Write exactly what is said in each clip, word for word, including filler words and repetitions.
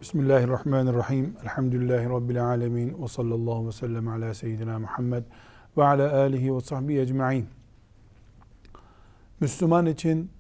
Bismillahirrahmanirrahim. Elhamdülillahi Rabbil alemin. Ve sallallahu ve sellem ala seyyidina Muhammed ve ala alihi ve sahbihi ecma'in. Müslüman için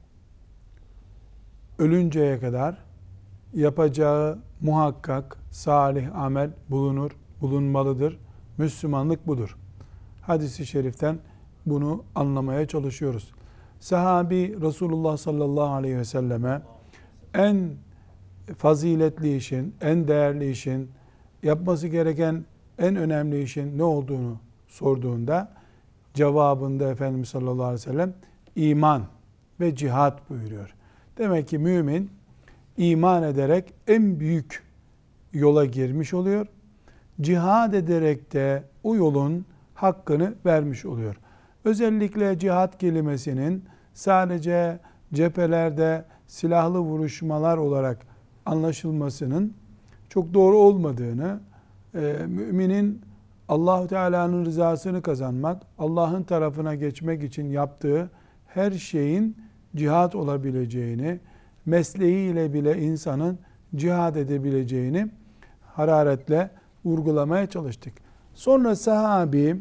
ölünceye kadar yapacağı muhakkak salih amel bulunur, bulunmalıdır. Müslümanlık budur. Hadis-i şeriften bunu anlamaya çalışıyoruz. Sahabi Resulullah sallallahu aleyhi ve selleme en faziletli işin, en değerli işin, yapması gereken en önemli işin ne olduğunu sorduğunda cevabında Efendimiz sallallahu aleyhi ve sellem iman ve cihat buyuruyor. Demek ki mümin iman ederek en büyük yola girmiş oluyor. Cihad ederek de o yolun hakkını vermiş oluyor. Özellikle cihat kelimesinin sadece cephelerde silahlı vuruşmalar olarak anlaşılmasının çok doğru olmadığını, e, müminin Allah-u Teala'nın rızasını kazanmak, Allah'ın tarafına geçmek için yaptığı her şeyin cihat olabileceğini, mesleğiyle bile insanın cihad edebileceğini hararetle vurgulamaya çalıştık. Sonra sahabi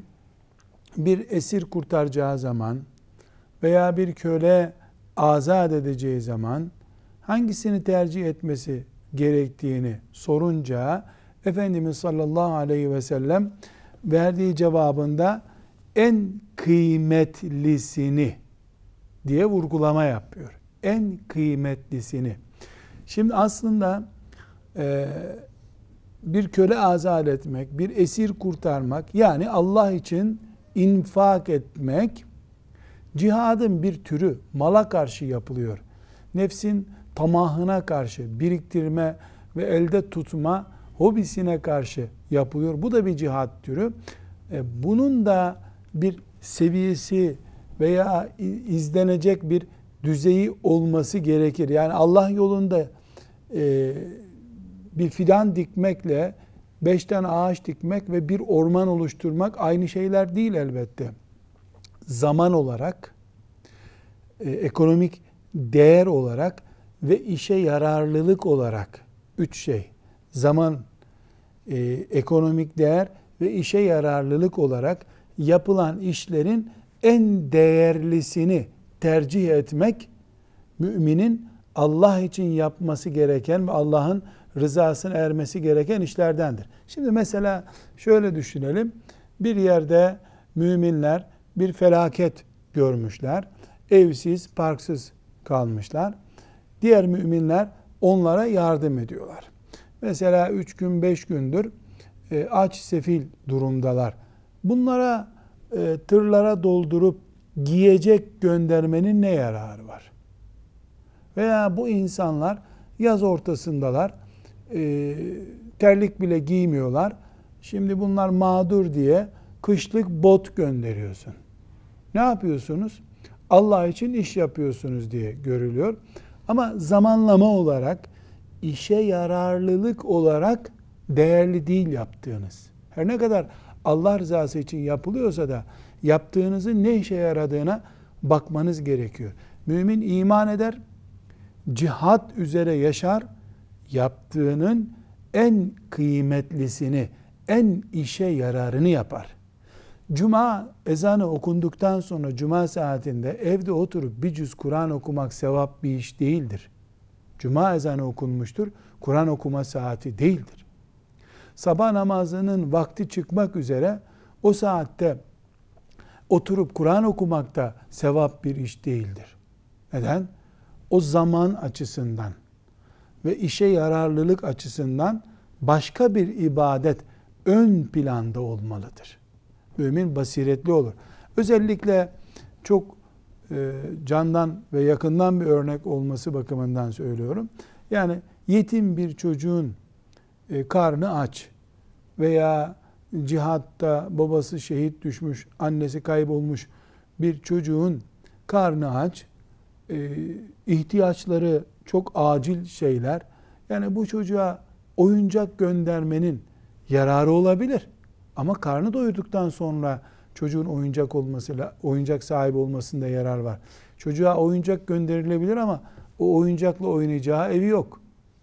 bir esir kurtaracağı zaman veya bir köle azat edeceği zaman hangisini tercih etmesi gerektiğini sorunca Efendimiz sallallahu aleyhi ve sellem verdiği cevabında en kıymetlisini diye vurgulama yapıyor. En kıymetlisini. Şimdi aslında e, bir köle azat etmek, bir esir kurtarmak, yani Allah için infak etmek cihadın bir türü, mala karşı yapılıyor. Nefsin tamahına karşı, biriktirme ve elde tutma hobisine karşı yapılıyor. Bu da bir cihat türü. E, bunun da bir seviyesi veya izlenecek bir düzeyi olması gerekir. Yani Allah yolunda e, bir fidan dikmekle beş tane ağaç dikmek ve bir orman oluşturmak aynı şeyler değil elbette. Zaman olarak, e, ekonomik değer olarak ve işe yararlılık olarak üç şey, zaman, e, ekonomik değer ve işe yararlılık olarak yapılan işlerin en değerlisini tercih etmek müminin Allah için yapması gereken ve Allah'ın rızasına ermesi gereken işlerdendir. Şimdi mesela şöyle düşünelim. Bir yerde müminler bir felaket görmüşler. Evsiz, parksız kalmışlar. Diğer müminler onlara yardım ediyorlar. Mesela üç gün, beş gündür e, aç, sefil durumdalar. Bunlara e, tırlara doldurup giyecek göndermenin ne yararı var? Veya bu insanlar yaz ortasındalar, e, terlik bile giymiyorlar. Şimdi bunlar mağdur diye kışlık bot gönderiyorsun. Ne yapıyorsunuz? Allah için iş yapıyorsunuz diye görülüyor. Ama zamanlama olarak, işe yararlılık olarak değerli değil yaptığınız. Her ne kadar Allah rızası için yapılıyorsa da yaptığınızın ne işe yaradığına bakmanız gerekiyor. Mümin iman eder, cihat üzere yaşar, yaptığının en kıymetlisini, en işe yararını yapar. Cuma ezanı okunduktan sonra cuma saatinde evde oturup bir cüz Kur'an okumak sevap bir iş değildir. Cuma ezanı okunmuştur, Kur'an okuma saati değildir. Sabah namazının vakti çıkmak üzere o saatte oturup Kur'an okumak da sevap bir iş değildir. Neden? O zaman açısından ve işe yararlılık açısından başka bir ibadet ön planda olmalıdır. Mümin basiretli olur. Özellikle çok e, candan ve yakından bir örnek olması bakımından söylüyorum. Yani yetim bir çocuğun e, karnı aç veya cihatta babası şehit düşmüş, annesi kaybolmuş bir çocuğun karnı aç, e, ihtiyaçları çok acil şeyler. Yani bu çocuğa oyuncak göndermenin yararı olabilir. Ama karnı doyurduktan sonra çocuğun oyuncak olmasıyla, oyuncak sahibi olmasında yarar var. Çocuğa oyuncak gönderilebilir ama o oyuncakla oynayacağı evi yok.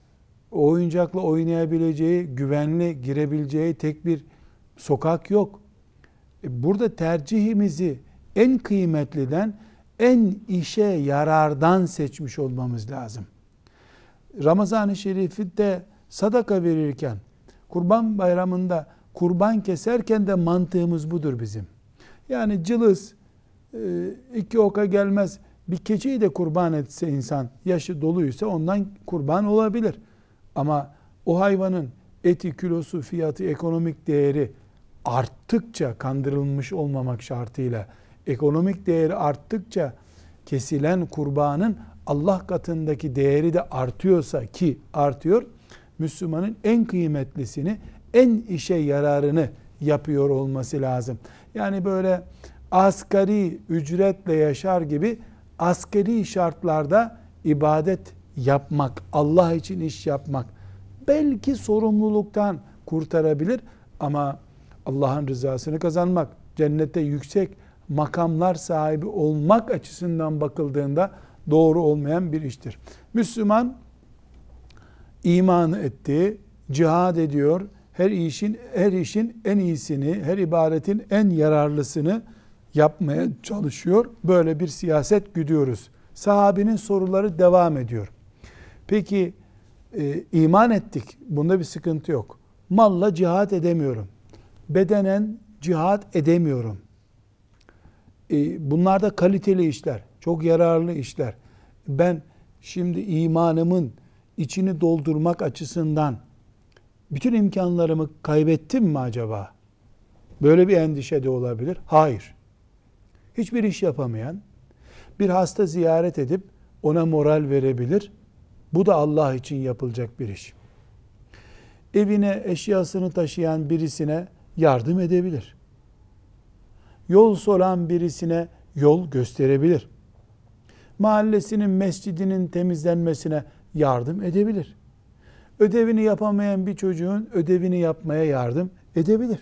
O oyuncakla oynayabileceği, güvenli girebileceği tek bir sokak yok. E, Burada tercihimizi en kıymetliden, en işe yarardan seçmiş olmamız lazım. Ramazan-ı Şerif'te sadaka verirken, Kurban Bayramı'nda kurban keserken de mantığımız budur bizim. Yani cılız, e, iki oka gelmez bir keçiyi de kurban etse insan, yaşı doluysa ondan kurban olabilir. Ama o hayvanın eti, kilosu, fiyatı, ekonomik değeri arttıkça, kandırılmış olmamak şartıyla, ekonomik değeri arttıkça kesilen kurbanın Allah katındaki değeri de artıyorsa, ki artıyor, Müslümanın en kıymetlisini, en işe yararını yapıyor olması lazım. Yani böyle asgari ücretle yaşar gibi asgari şartlarda ibadet yapmak, Allah için iş yapmak belki sorumluluktan kurtarabilir ama Allah'ın rızasını kazanmak, cennette yüksek makamlar sahibi olmak açısından bakıldığında doğru olmayan bir iştir. Müslüman iman etti, cihad ediyor, her işin her işin en iyisini, her ibadetin en yararlısını yapmaya çalışıyor. Böyle bir siyaset güdüyoruz. Sahabinin soruları devam ediyor. Peki e, iman ettik. Bunda bir sıkıntı yok. Malla cihad edemiyorum. Bedenen cihad edemiyorum. E, bunlar da kaliteli işler. Çok yararlı işler. Ben şimdi imanımın içini doldurmak açısından bütün imkanlarımı kaybettim mi acaba? Böyle bir endişe de olabilir. Hayır. Hiçbir iş yapamayan, bir hasta ziyaret edip ona moral verebilir. Bu da Allah için yapılacak bir iş. Evine eşyasını taşıyan birisine yardım edebilir. Yol soran birisine yol gösterebilir. Mahallesinin, mescidinin temizlenmesine yardım edebilir. Ödevini yapamayan bir çocuğun ödevini yapmaya yardım edebilir.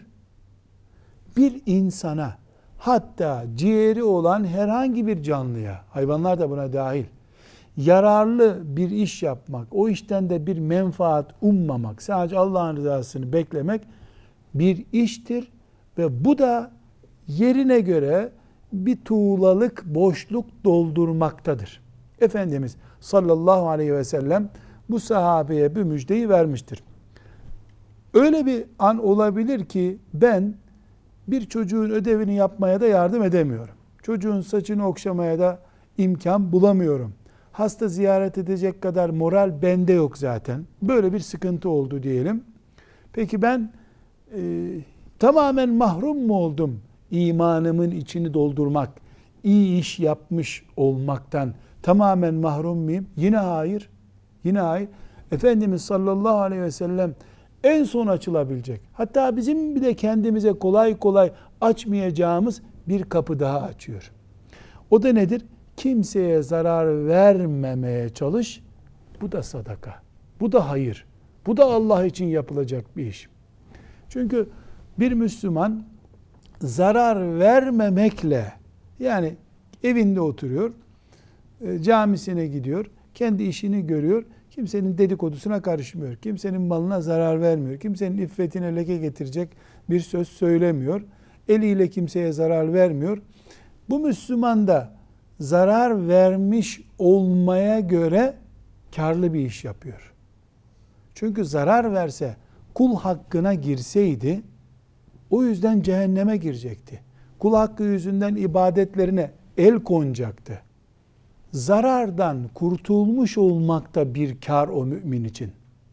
Bir insana, hatta ciğeri olan herhangi bir canlıya, hayvanlar da buna dahil, yararlı bir iş yapmak, o işten de bir menfaat ummamak, sadece Allah'ın rızasını beklemek bir iştir ve bu da yerine göre bir tuğlalık boşluk doldurmaktadır. Efendimiz sallallahu aleyhi ve sellem bu sahabeye bir müjdeyi vermiştir. Öyle bir an olabilir ki ben bir çocuğun ödevini yapmaya da yardım edemiyorum. Çocuğun saçını okşamaya da imkan bulamıyorum. Hasta ziyaret edecek kadar moral bende yok zaten. Böyle bir sıkıntı oldu diyelim. Peki ben e, tamamen mahrum mu oldum imanımın içini doldurmak, iyi iş yapmış olmaktan tamamen mahrum muyum? Yine hayır. Yine hayır. Efendimiz sallallahu aleyhi ve sellem en son açılabilecek, hatta bizim bile kendimize kolay kolay açmayacağımız bir kapı daha açıyor. O da nedir? Kimseye zarar vermemeye çalış. Bu da sadaka. Bu da hayır. Bu da Allah için yapılacak bir iş. Çünkü bir Müslüman zarar vermemekle, yani evinde oturuyor, camisine gidiyor, kendi işini görüyor, kimsenin dedikodusuna karışmıyor, kimsenin malına zarar vermiyor, kimsenin iffetine leke getirecek bir söz söylemiyor, eliyle kimseye zarar vermiyor. Bu Müslüman da zarar vermiş olmaya göre karlı bir iş yapıyor. Çünkü zarar verse, kul hakkına girseydi, o yüzden cehenneme girecekti. Kul hakkı yüzünden ibadetlerine el konacaktı. Zarardan kurtulmuş olmakta bir kar o mümin için.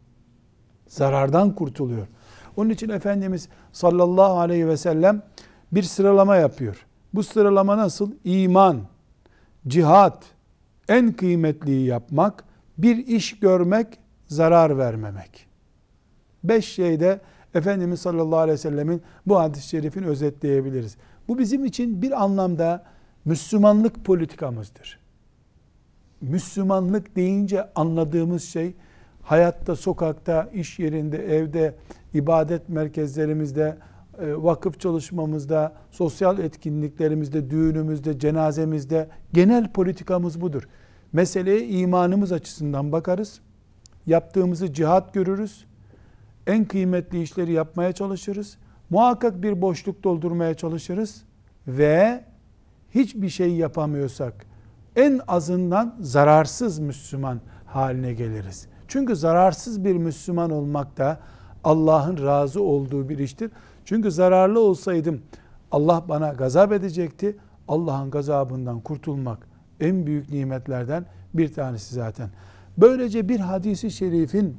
Zarardan kurtuluyor. Onun için Efendimiz sallallahu aleyhi ve sellem bir sıralama yapıyor. Bu sıralama nasıl? İman, cihat, en kıymetliyi yapmak, bir iş görmek, zarar vermemek. Beş şeyde Efendimiz sallallahu aleyhi ve sellemin bu hadis-i şerifini özetleyebiliriz. Bu bizim için bir anlamda Müslümanlık politikamızdır. Müslümanlık deyince anladığımız şey, hayatta, sokakta, iş yerinde, evde, ibadet merkezlerimizde, vakıf çalışmamızda, sosyal etkinliklerimizde, düğünümüzde, cenazemizde genel politikamız budur. Meseleye imanımız açısından bakarız. yaptığımızı cihat görürüz. En kıymetli işleri yapmaya çalışırız. Muhakkak bir boşluk doldurmaya çalışırız ve hiçbir şey yapamıyorsak en azından zararsız Müslüman haline geliriz. Çünkü zararsız bir Müslüman olmak da Allah'ın razı olduğu bir iştir. Çünkü zararlı olsaydım Allah bana gazap edecekti. Allah'ın gazabından kurtulmak en büyük nimetlerden bir tanesi zaten. Böylece bir hadisi şerifin,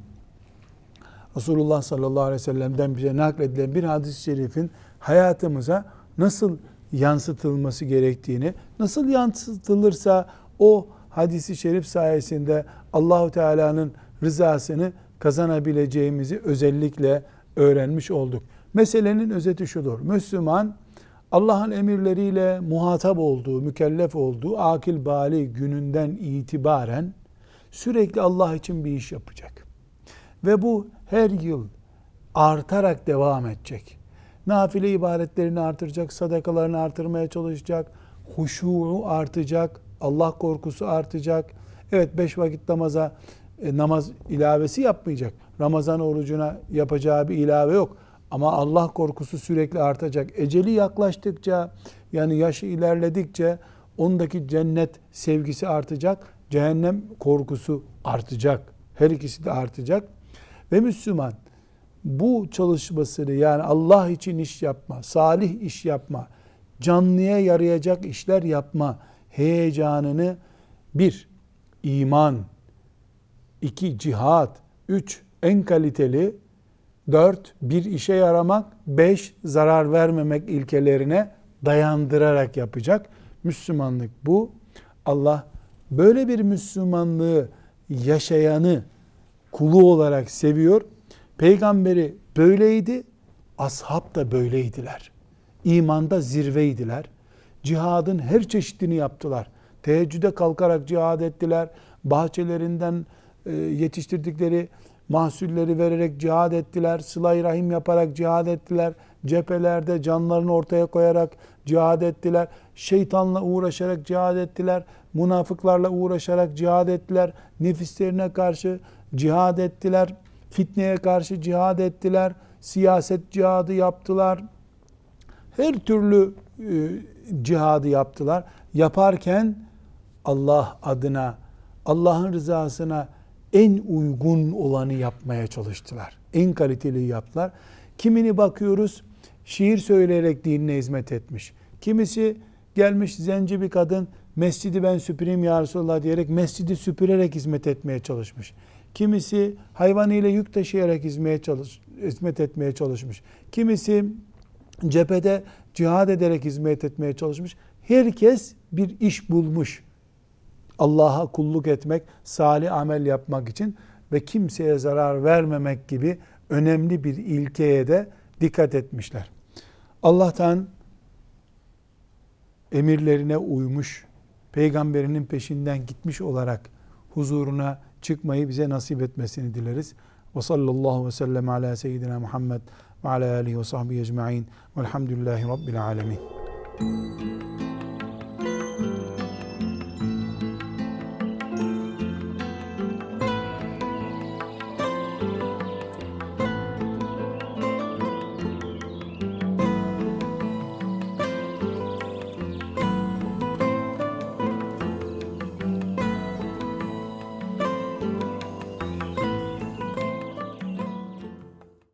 Resulullah sallallahu aleyhi ve sellem'den bize nakledilen bir hadis-i şerifin hayatımıza nasıl yansıtılması gerektiğini, nasıl yansıtılırsa o hadis-i şerif sayesinde Allahu Teala'nın rızasını kazanabileceğimizi özellikle öğrenmiş olduk. Meselenin özeti şudur: Müslüman, Allah'ın emirleriyle muhatap olduğu, mükellef olduğu akil bali gününden itibaren sürekli Allah için bir iş yapacak. Ve bu her yıl artarak devam edecek. Nafile ibadetlerini artıracak, sadakalarını artırmaya çalışacak, huşuğu artacak, Allah korkusu artacak. Evet, beş vakit namaza e, namaz ilavesi yapmayacak. Ramazan orucuna yapacağı bir ilave yok. Ama Allah korkusu sürekli artacak. Eceli yaklaştıkça, yani yaşı ilerledikçe ondaki cennet sevgisi artacak. Cehennem korkusu artacak. Her ikisi de artacak. Ve Müslüman bu çalışmasını, yani Allah için iş yapma, salih iş yapma, canlıya yarayacak işler yapma heyecanını bir, iman, iki, cihat, üç, en kaliteli, dört, bir işe yaramak, beş, zarar vermemek ilkelerine dayandırarak yapacak. Müslümanlık bu. Allah böyle bir Müslümanlığı yaşayanı kulu olarak seviyor. Peygamberi böyleydi, ashab da böyleydiler. İmanda zirveydiler. Cihadın her çeşidini yaptılar. Teheccüde kalkarak cihad ettiler. Bahçelerinden yetiştirdikleri mahsulleri vererek cihad ettiler. Sıla-i rahim yaparak cihad ettiler. Cephelerde canlarını ortaya koyarak cihad ettiler. Şeytanla uğraşarak cihad ettiler. Münafıklarla uğraşarak cihad ettiler. Nefislerine karşı cihad ettiler. Fitneye karşı cihad ettiler. Siyaset cihadı yaptılar. Her türlü e, cihadı yaptılar. Yaparken Allah adına, Allah'ın rızasına en uygun olanı yapmaya çalıştılar. En kaliteli yaptılar. Kimini bakıyoruz, şiir söyleyerek dinine hizmet etmiş. Kimisi gelmiş zenci bir kadın, mescidi ben süpüreyim ya Resulallah diyerek mescidi süpürerek hizmet etmeye çalışmış. Kimisi hayvanıyla yük taşıyarak hizmet, çalış, hizmet etmeye çalışmış. Kimisi cephede cihad ederek hizmet etmeye çalışmış. Herkes bir iş bulmuş. Allah'a kulluk etmek, salih amel yapmak için ve kimseye zarar vermemek gibi önemli bir ilkeye de dikkat etmişler. Allah'tan emirlerine uymuş, peygamberinin peşinden gitmiş olarak huzuruna çıkmayı bize nasip etmesini dileriz. Ve sallallahu ve sellem ala seyyidina Muhammed ve ala alihi ve sahbihi ecma'in velhamdülillahi rabbil alemin.